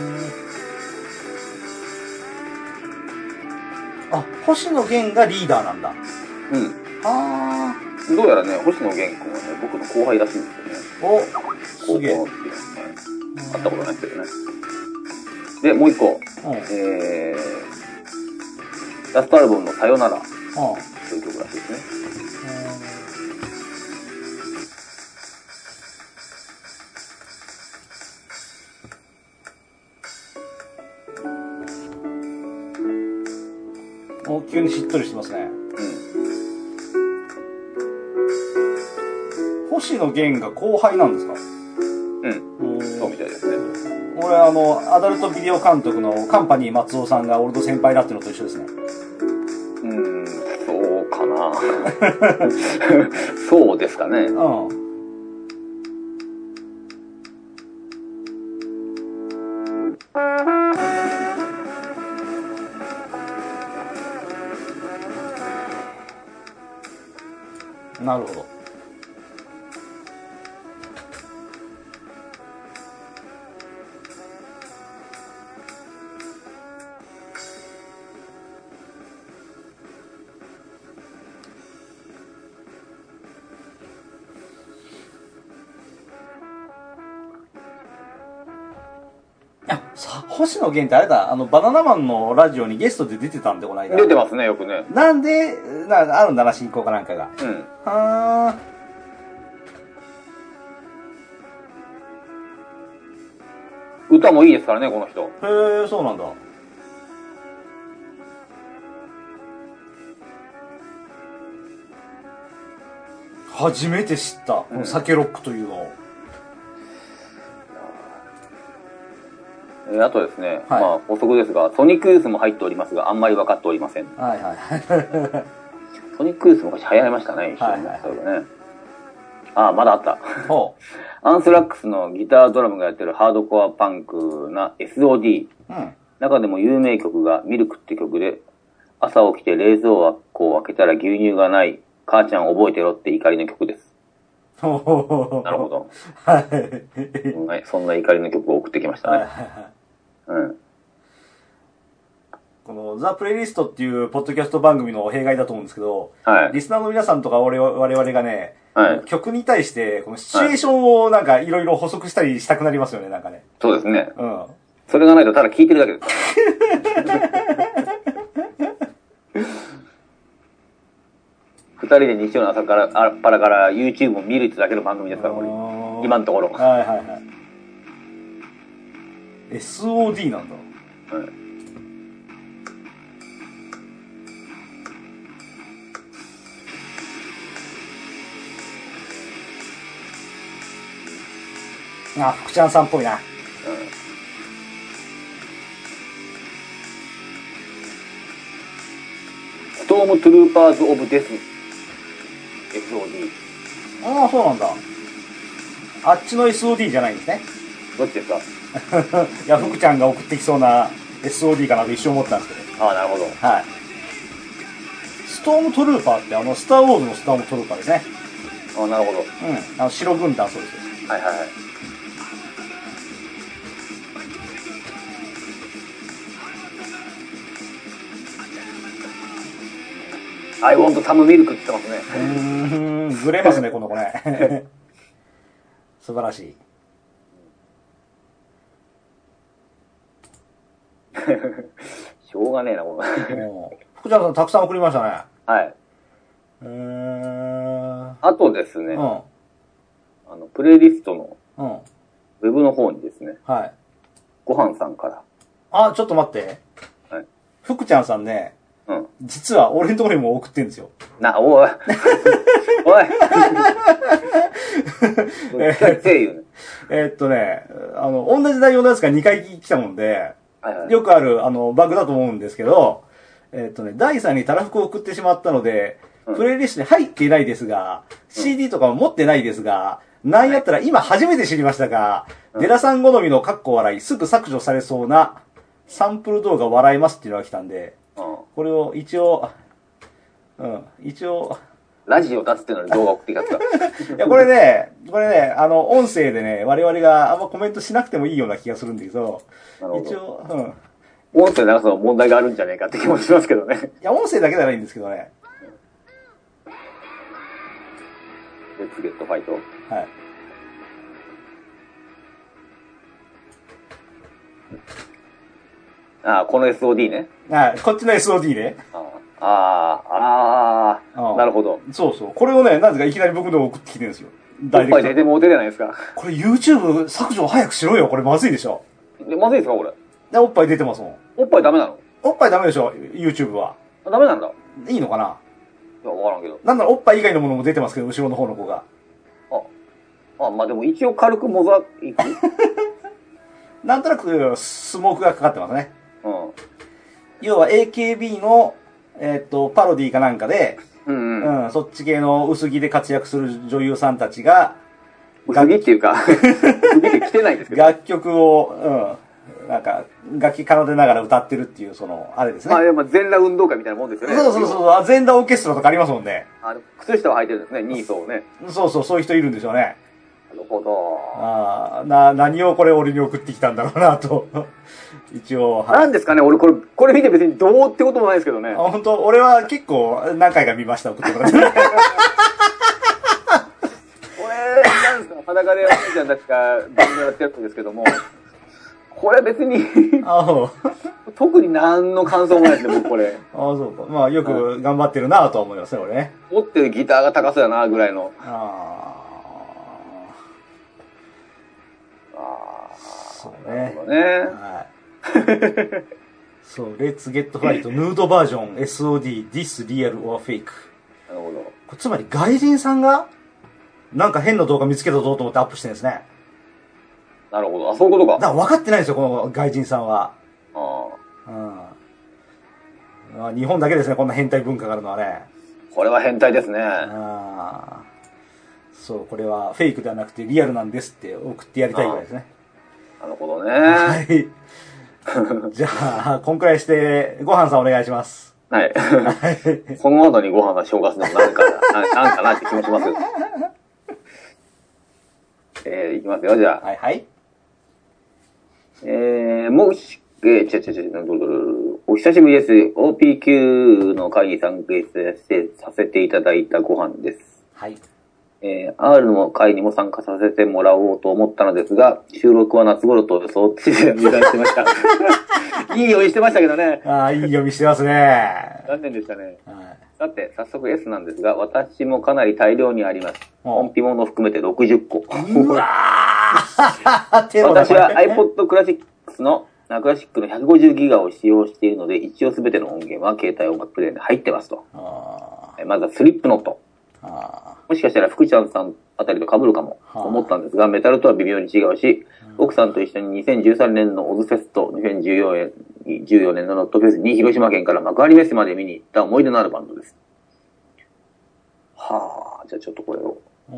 Speaker 2: あ、星野源がリーダーなんだ。
Speaker 1: うん。ああ。どうやらね、星野源君はね、僕の後輩らしいんですよね。お、すげえ。高校の時ですね。会ったことないですけどね。で、もう一個。うん、えー、ラストアルバムのさよなら。ああ。という曲らしいですね。
Speaker 2: もう急にしっとりしてますね。うん、星野源が後輩なんですか？
Speaker 1: うん。そうみたいですね。
Speaker 2: 俺あの、アダルトビデオ監督のカンパニー松尾さんが俺と先輩だってのと一緒ですね。
Speaker 1: うーん、そうかな。そうですかね。うん。
Speaker 2: なるほど。あ、さ、星野源ってあれだ、あの、バナナマンのラジオにゲストで出てたんで、この間。
Speaker 1: 出てますね、よくね。
Speaker 2: なんで、な、あるんだな、進行かなんかが。うん。はー。
Speaker 1: 歌もいいですからね、この人。
Speaker 2: へえ、そうなんだ。初めて知った、この酒ロックというのを。
Speaker 1: うん、あとですね、はい、まあ補足ですが、ソニックユースも入っておりますが、あんまり分かっておりません。
Speaker 2: はいはい。
Speaker 1: ソニックユースも昔流行りましたね、一緒に。はいはい、そうだね。ああ、まだあった。アンスラックスのギタードラムがやってるハードコアパンクな エスオーディー。うん、中でも有名曲がミルクって曲で、朝起きて冷蔵庫を開けたら牛乳がない、母ちゃん覚えてろって怒りの曲です。なるほど。はい。そんな怒りの曲を送ってきましたね。うん。
Speaker 2: このザ・プレイリストっていうポッドキャスト番組の弊害だと思うんですけど、はい、リスナーの皆さんとか我々がね、はい、曲に対してこのシチュエーションをなんかいろいろ補足したりしたくなりますよね、なんかね。
Speaker 1: そうですね。うん。それがないとただ聞いてるだけです。二人で日曜の朝からあっぱらから YouTube を見るってだけの番組ですから、これ今のところ。はいはいはい。
Speaker 2: エスオーディー なんだ。はい。あ、福ちゃんさんっぽいな。うん。
Speaker 1: ストームトゥルーパーズ・オブ・デス。エスオーディー。
Speaker 2: ああ、そうなんだ。あっちの エスオーディー じゃないんですね。
Speaker 1: どっちですか？
Speaker 2: いや、福ちゃんが送ってきそうな エスオーディー かなと一瞬思ったんですけ
Speaker 1: ど。ああ、なるほど。はい。
Speaker 2: ストームトルーパーってあの、スター・ウォーズのストームトルーパーですね。
Speaker 1: ああ、なるほど。うん。
Speaker 2: あの、白軍団そうです。
Speaker 1: はいはいはい。I want some milk って言ってますね。
Speaker 2: うーん、ずれますね、この子ね。素晴らしい。
Speaker 1: しょうがねえな、この。
Speaker 2: 福ちゃんさんたくさん送りましたね。
Speaker 1: はい。うーん。あとですね、うん、あの、プレイリストの、うん、ウェブの方にですね、はい。ごはんさんから。
Speaker 2: あ、ちょっと待って。はい。福ちゃんさんね、うん。実は俺のところにも送ってんですよ。
Speaker 1: な、おい。おい。
Speaker 2: えーっとね、あの、同じ内容のやつがにかい来たもんで、はいはい、よくある、あの、バグだと思うんですけど、えーっとね、だいさんにたらふくを送ってしまったので、うん、プレイリストに入っていないですが、うん、シーディー とかも持ってないですが、なんやったら今初めて知りましたが、デラさん好みのカッコ笑い、すぐ削除されそうなサンプル動画笑いますっていうのが来たんで、これを一応、うん、一応。
Speaker 1: ラジオ出すっていうのに動画送ってきたん
Speaker 2: ですか？いや、これね、これね、あの、音声でね、我々があんまコメントしなくてもいいような気がするんだけど、なるほど。一応、
Speaker 1: うん。音声流すの問題があるんじゃねえかって気もしますけどね。
Speaker 2: いや、音声だけじゃないんですけどね。
Speaker 1: レッツゲットファイト。はい。ああ、この エスオーディー ね。
Speaker 2: はい、こっちの エスオーディー ね。
Speaker 1: ああ、ああ、なるほど。
Speaker 2: そうそう。これをね、なぜかいきなり僕の送ってきてるんですよ。
Speaker 1: おっぱい出てもうてるじゃないですか。
Speaker 2: これ YouTube 削除早くしろよ。これまずいでしょ。
Speaker 1: まずいですか、これ。
Speaker 2: で、おっぱい出てますもん。
Speaker 1: おっぱいダメなの？
Speaker 2: おっぱいダメでしょ、YouTube は。
Speaker 1: ダメなんだ。
Speaker 2: いいのかな？
Speaker 1: いや、わからんけど。
Speaker 2: なんならおっぱい以外のものも出てますけど、後ろの方の子が。
Speaker 1: あ、あ、まあでも一応軽くモザイク。
Speaker 2: なんとなくスモークがかかってますね。うん。要は エーケービー の、えー、っと、パロディかなんかで、うん、うんうん、そっち系の薄着で活躍する女優さんたちが、
Speaker 1: 薄着っていうか、薄着で着てないですけど。
Speaker 2: 楽曲を、うん、なんか、楽器奏でながら歌ってるっていう、その、あれですね。
Speaker 1: まあ、でも全裸運動会みたいなもんですよね。
Speaker 2: そうそうそう、全裸オーケストラとかありますもんね。
Speaker 1: あの、靴下を履いてるんですね、ニーソをね。
Speaker 2: そうそう、そういう人いるんでしょうね。
Speaker 1: なるほど。
Speaker 2: ああ、な、何をこれ俺に送ってきたんだろうなと。一応。
Speaker 1: なんですかね、俺これ、これ見て別にどうってこともないですけどね。
Speaker 2: あ、本当俺は結構何回か見ました、送ってもらって。これ、
Speaker 1: なんですか、裸でお兄ちゃんたちが番組やってるんですけども、これ別に特に何の感想もないですね、僕これ。
Speaker 2: ああ、そうか。まあよく頑張ってるなとは思いますね、俺ね。
Speaker 1: 持ってるギターが高そうやな、ぐらいの。ああ。
Speaker 2: そうね。
Speaker 1: ね。はい。
Speaker 2: そう、レッツゲットファイト、ヌードバージョン エスオーディー、This Real or Fake。
Speaker 1: なるほど。
Speaker 2: これつまり外人さんが、なんか変な動画見つけたぞと思ってアップしてるんですね。
Speaker 1: なるほど。あ、そういうことか。
Speaker 2: だから分かってないんですよ、この外人さんは。
Speaker 1: あ
Speaker 2: あ。うん。日本だけですね、こんな変態文化があるのはね。
Speaker 1: これは変態ですね。
Speaker 2: ああ。そう、これはフェイクではなくてリアルなんですって送ってやりたいぐらいですね。
Speaker 1: なるほどね。
Speaker 2: はい。じゃあ、こんくらいして、ごはんさんお願いします。
Speaker 1: はい。この後にご飯が消化するのもなんかな、なんかなって気もしますけど。えー、いきますよ、じゃあ。
Speaker 2: はいはい。
Speaker 1: えー、もし、えー、ちゃちゃちゃ、どどどお久しぶりです。オーピーキュー の会に参加させていただいたご飯です。
Speaker 2: はい。
Speaker 1: えー、R の会にも参加させてもらおうと思ったのですが、収録は夏頃と予想って油断してました。いい読みしてましたけどね。
Speaker 2: ああ、いい読みしてますね。
Speaker 1: 残念でしたね。
Speaker 2: はい、
Speaker 1: さて、早速 S なんですが、私もかなり大量にあります。コンピもの含めてろくじゅっこ。
Speaker 2: うわ
Speaker 1: 私は iPod Classic の、クラシックのひゃくごじゅうギガを使用しているので、一応すべての音源は携帯音楽プレイヤーに入ってますと。まずはスリップノット。もしかしたら福ちゃんさんあたりと被るかもと思ったんですが、メタルとは微妙に違うし、奥さんと一緒ににせんじゅうさんねんのオズフェスト、にせんじゅうよねんのノットフェスに広島県から幕張メッセまで見に行った思い出のあるバンドです。はぁ、じゃあちょっとこれを。うん、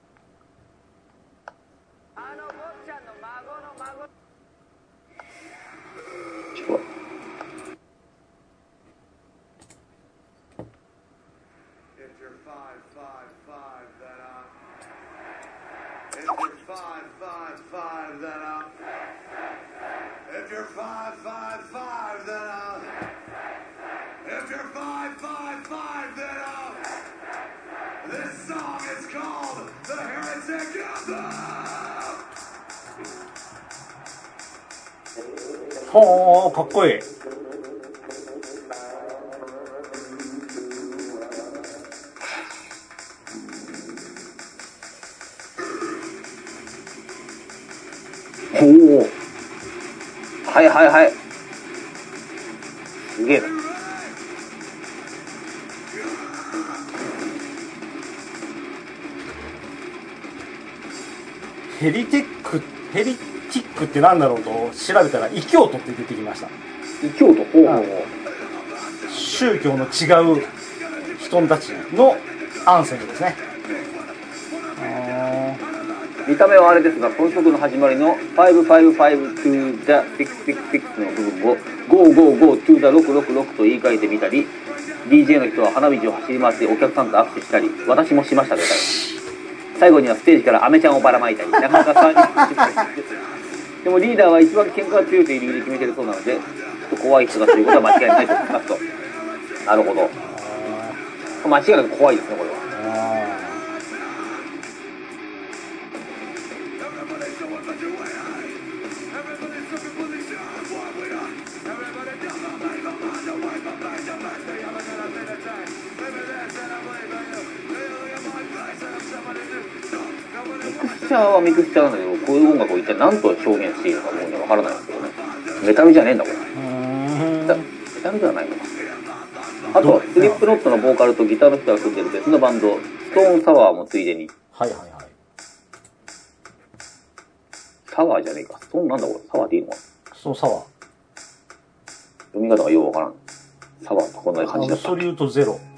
Speaker 1: あの坊ちゃんの孫の孫。ちょっと。
Speaker 2: ほー、かっこいい。
Speaker 1: ほー。はいはいはい。すげえな。
Speaker 2: ヘリテック、ヘリティックってなんだろうと調べたら異教徒って出てきました。
Speaker 1: 異教徒、ほうほうほう。
Speaker 2: 宗教の違う人たちのアンセムですね。
Speaker 1: 見た目はあれですが、この曲の始まりのごごごご to the ろくろくろくの部分をごごご to the ろくろくろくと言い換えてみたり、ディージェー の人は花道を走り回ってお客さんと握手したり、私もしましたとか。最後にはステージからアメちゃんをばらまいたり、なかなか騒ぎでもリーダーは一番喧嘩が強いという理由で決めてるそうなので、ちょっと怖い人だということは間違いないと思いますと。なるほど。間違いなく怖いですね、これは。ミクスチャーはミクスチャーなんだけど、こういう音楽を一体何と表現していいのかもうね、わからないんですけどね。メタルじゃねえんだ、これ。メタルではないのか。あとは、スリップノットのボーカルとギターの人が組んでる別のバンド、ストーンサワーもついでに。
Speaker 2: はいはいはい。
Speaker 1: サワーじゃねえか。ストーンなんだこれ。サワーっていいのかな。
Speaker 2: ストーンサワー。
Speaker 1: 読み方がようわからん。サワーってこんな感じだった。
Speaker 2: アブソリュートゼロ。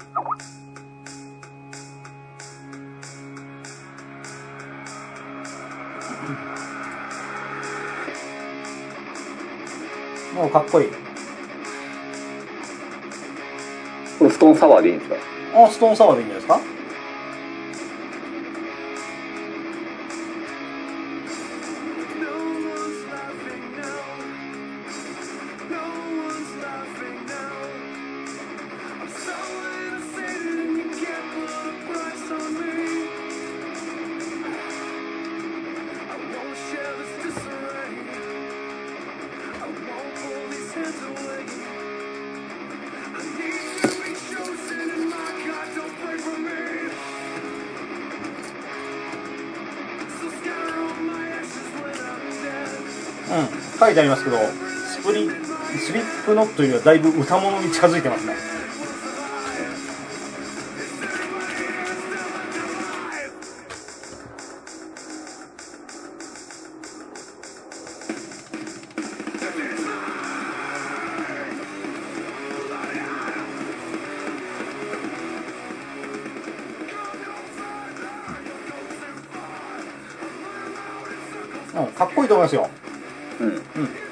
Speaker 2: もうかっこいい。
Speaker 1: これストーンサワーでいいんですか？
Speaker 2: あ、ストーンサワーでいいんじゃないですか？ 書いてありますけど、スプリ、スリップノットよりはだいぶ歌物に近づいてますね。うん、かっこいいと思いますよ。
Speaker 1: うん。うん。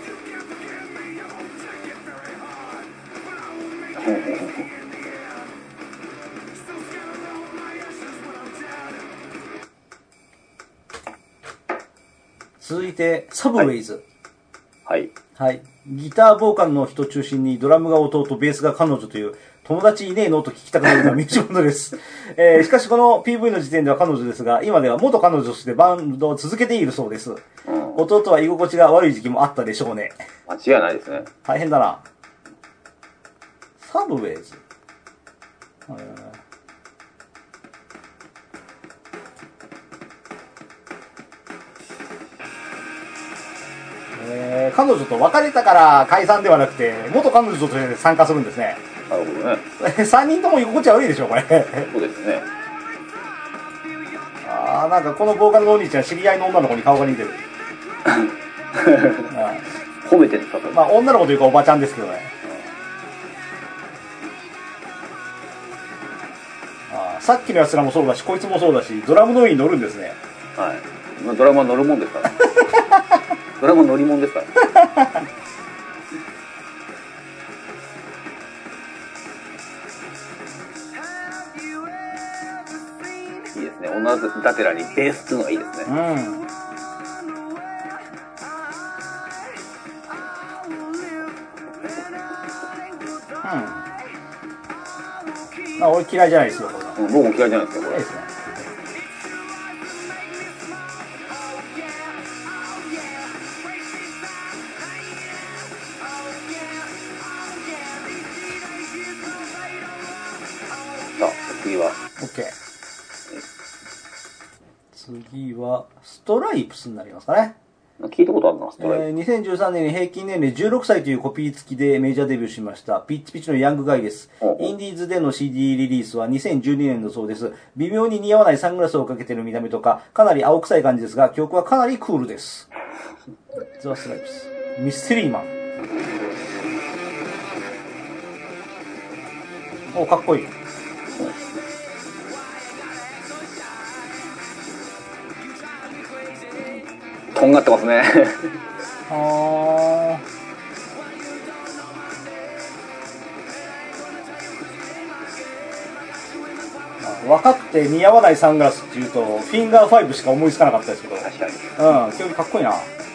Speaker 2: 続いて、サブウェイズ。
Speaker 1: はい。
Speaker 2: はい。ギターボーカルの人中心にドラムが弟、ベースが彼女という友達いねえのと聞きたくなるようなミュージックバンドです。えー、しかしこの ピーブイ の時点では彼女ですが、今では元彼女としてバンドを続けているそうです。うん、弟は居心地が悪い時期もあったでしょうね。
Speaker 1: 間違いないですね。
Speaker 2: 大変だな。サブウェイズ。えー、彼女と別れたから解散ではなくて、元彼女として参加するんですね。
Speaker 1: なるほどね。
Speaker 2: さんにんとも居心地悪いでしょ、これ。
Speaker 1: そうですね。
Speaker 2: ああ、なんかこのボーカルのお兄ちゃん、知り合いの女の子に顔が似てる。
Speaker 1: 褒めてるんですか、
Speaker 2: まあ、女の子というかおばちゃんですけどね。あ、さっきのやつらもそうだし、こいつもそうだし、ドラムの上に乗るんですね。
Speaker 1: はい。まあ、ドラムは乗るもんですから。ドラムは乗り物ですから。いいですね。女がてらにベースっていうのがいいですね。
Speaker 2: うん。まあ、俺嫌いじゃないですよ、これ。
Speaker 1: うん、僕も嫌いじゃないですよ、これ。いいですね。さあ、次は。
Speaker 2: OK。次は、ストライプスになりますかね。
Speaker 1: 聞いたことあるな、ストライプ。
Speaker 2: えー、にせんじゅうさんねんに平均年齢じゅうろくさいというコピー付きでメジャーデビューしました。ピッチピチのヤングガイです。
Speaker 1: うんうん、
Speaker 2: インディーズでの シーディー リリースはにせんじゅうにねんだそうです。微妙に似合わないサングラスをかけてる見た目とか、かなり青臭い感じですが、曲はかなりクールです。ザ・ストライプス。ミステリーマン。お、かっこいい。
Speaker 1: とんがってますね。
Speaker 2: あー、若くて似合わないサングラスっていうと、フィンガーファイブしか思いつかなかったですけど。
Speaker 1: 確かに。
Speaker 2: うん、曲かっこいいな。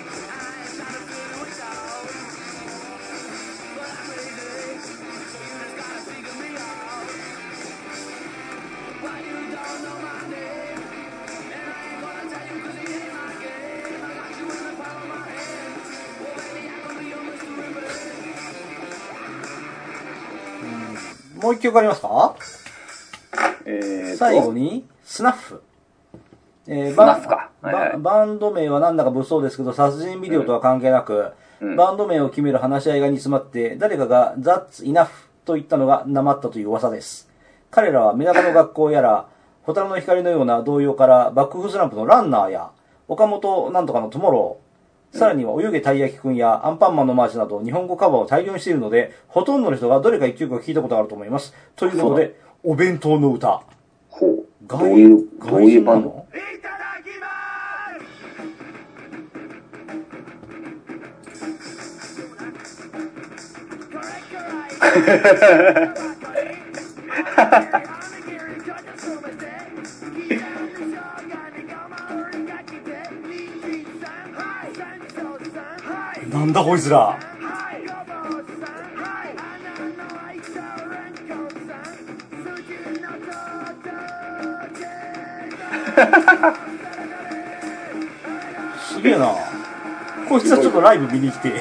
Speaker 2: もう一曲ありますか？えー、最後に、スナッフ。えー、
Speaker 1: スナッフか。
Speaker 2: はいはい、バ, バンド名はなんだか物騒ですけど、殺人ビデオとは関係なく、うん、バンド名を決める話し合いが煮詰まって、誰かが That's Enough と言ったのがなまったという噂です。彼らはメダカの学校やら、ホタルの光のような童謡から、バックフスランプのランナーや、岡本なんとかのトゥモロー、さらには泳げたい焼きくんやアンパンマンのマーチなど日本語カバーを大量にしているので、ほとんどの人がどれか一曲を聞いたことがあると思います。ということで、お弁当の歌。
Speaker 1: ほう。どういう、どういうバンド？
Speaker 3: いただき
Speaker 2: なんだこいつら。すげえな。こいつはちょっとライブ見に来て。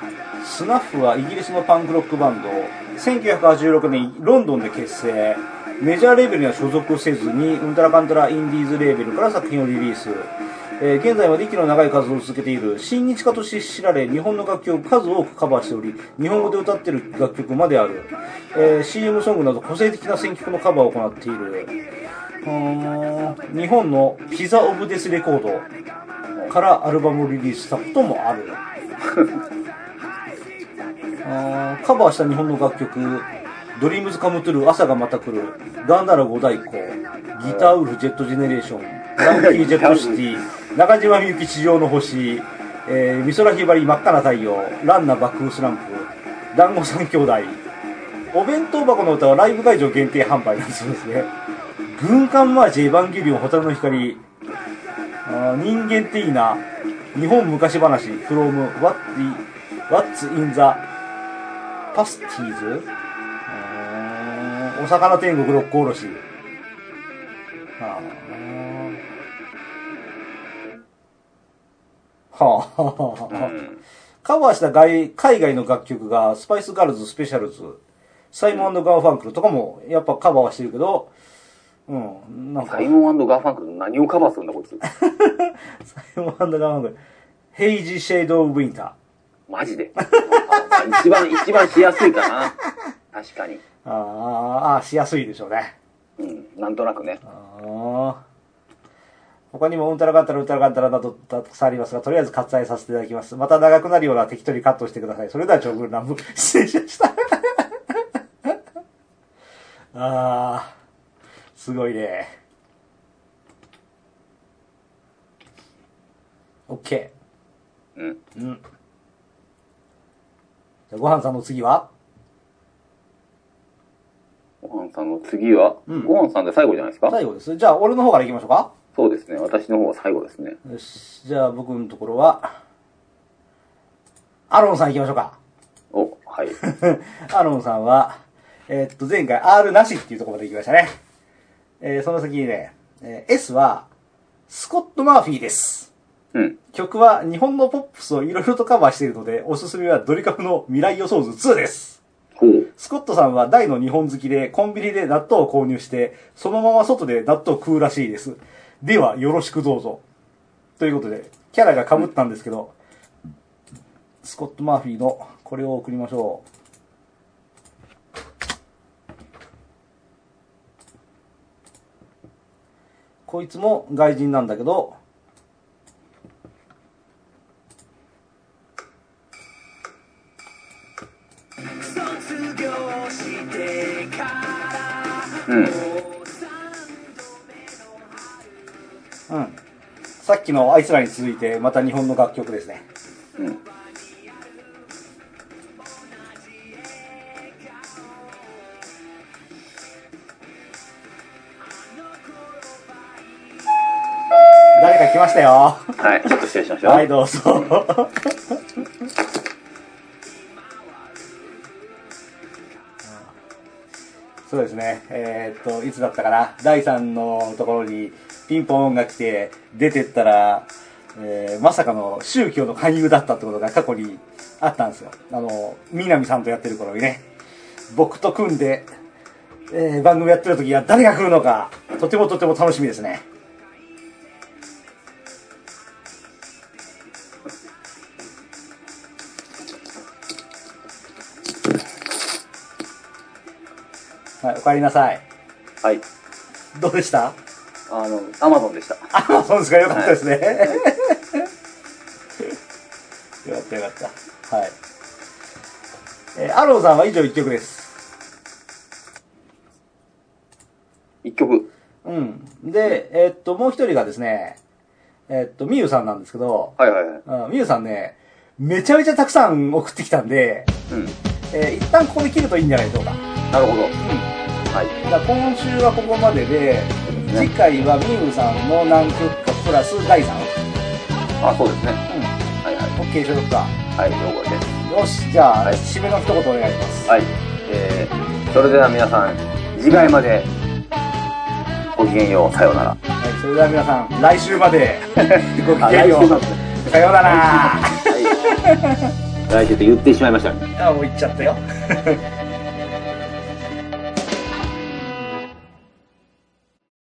Speaker 2: スナッフはイギリスのパンクロックバンド、せんきゅうひゃくはちじゅうろくねんロンドンで結成。 メジャーレーベルには所属せずにうんたらかんたらインディーズレーベルから作品をリリース、えー、現在まで息の長い活動を続けている親日家として知られ、日本の楽曲を数多くカバーしており、日本語で歌っている楽曲まである、えー、シーエム ソングなど個性的な選曲のカバーを行っている。うーん、日本のピザ・オブ・デスレコードからアルバムをリリースしたこともある。あカバーした日本の楽曲、ドリームズカムトゥルー、朝がまた来る、ガンダラ五大湖、ギターウルフジェットジェネレーション、ランキージェットシティ、中島みゆき地上の星、えー、美空ひばり真っ赤な太陽、ランナバックスランプ、団子三兄弟。お弁当箱の歌はライブ会場限定販売なんですね。軍艦マーチ、エヴァンゲリオン、蛍の光、あ人間っていいな、日本昔話、from what the, what's in the pasties、お魚天国六甲おろし。はあ、はあ、はあ、カバーした外海外の楽曲がスパイスガールズ、スペシャルズ、サイモン&ガーファンクルとかもやっぱカバーはしてるけど、うん、なんか
Speaker 1: サイモン&ガーファンクル何をカバーするんだこいつ。
Speaker 2: サイモン&ガーファンクル、ヘイジ・シェイド・オブ・ウィンター。
Speaker 1: マジで一番一番しやすいかな。確かに。
Speaker 2: ああ、しやすいでしょうね。
Speaker 1: うん、なんとなくね。
Speaker 2: あ他にもうんたらかんたらうんたらかんたらなどたくさんありますが、とりあえず割愛させていただきます。また長くなるような適当にカットしてください。それでは長文乱文失礼しました。ああ、すごいね。オッケ
Speaker 1: ー。うん。
Speaker 2: うん。じゃあごはんさんの次は
Speaker 1: ごはんさんの次は、うん、ごはんさんで最後じゃないですか。
Speaker 2: 最後です。じゃあ俺の方から行きましょうか。
Speaker 1: そうですね。私の方は最後ですね。
Speaker 2: よし。じゃあ僕のところは、アロンさん行きましょうか。
Speaker 1: お、はい。
Speaker 2: アロンさんは、えー、っと、前回 R なしっていうところまで行きましたね。えー、その先にね、えー、S は、スコット・マーフィーです。
Speaker 1: うん。
Speaker 2: 曲は日本のポップスをいろいろとカバーしているので、おすすめはドリカフの未来予想図ツーです。
Speaker 1: ほう。
Speaker 2: スコットさんは大の日本好きで、コンビニで納豆を購入して、そのまま外で納豆を食うらしいです。では、よろしくどうぞ。ということで、キャラが被ったんですけど、うん、スコット・マーフィーのこれを送りましょう。こいつも外人なんだけど、
Speaker 1: うん。
Speaker 2: うん。さっきのあいつらに続いてまた日本の楽曲ですね。
Speaker 1: うん。
Speaker 2: 誰か来ましたよ。
Speaker 1: はい、ちょっと失礼しましょう。
Speaker 2: はい、どうぞ。そうですね。えー、っと、いつだったかな。だいさんのところにピンポンが来て、出てったら、えー、まさかの宗教の勧誘だったってことが過去にあったんですよ。あの、南さんとやってる頃にね。僕と組んで、えー、番組やってる時は誰が来るのか、とてもとても楽しみですね。はい、お帰りなさい。
Speaker 1: はい。
Speaker 2: どうでした？
Speaker 1: あの、アマゾンでした。
Speaker 2: アマゾンですか？よかったですね。はい、よかったよかった。はい。えー、アローさんは以上いっきょくです。
Speaker 1: いっきょく。
Speaker 2: うん。で、えー、っと、もう一人がですね、えー、っと、みゆさんなんですけど、
Speaker 1: はいはいはい。
Speaker 2: うん、みゆさんね、めちゃめちゃたくさん送ってきたんで、
Speaker 1: うん。
Speaker 2: えー、一旦ここで切るといいんじゃないでしょうか。
Speaker 1: なるほど。うん。
Speaker 2: はい。だから今週はここまでで、次回はみゆさんの何曲かプラスだいさん。
Speaker 1: あ、そうですね。
Speaker 2: うん。
Speaker 1: はいはい。
Speaker 2: OK、所属か。
Speaker 1: はい、了解です。
Speaker 2: よし、じゃあ、
Speaker 1: はい、
Speaker 2: 締めの一言お願いします。
Speaker 1: はい。えー、それでは皆さん、次回まで、ごきげんよう、さようなら。
Speaker 2: はい、それでは皆さん、来週まで、ごきげんよう、さようなら。
Speaker 1: はい。来週と言ってしまいましたね。
Speaker 2: あ、もう言っちゃったよ。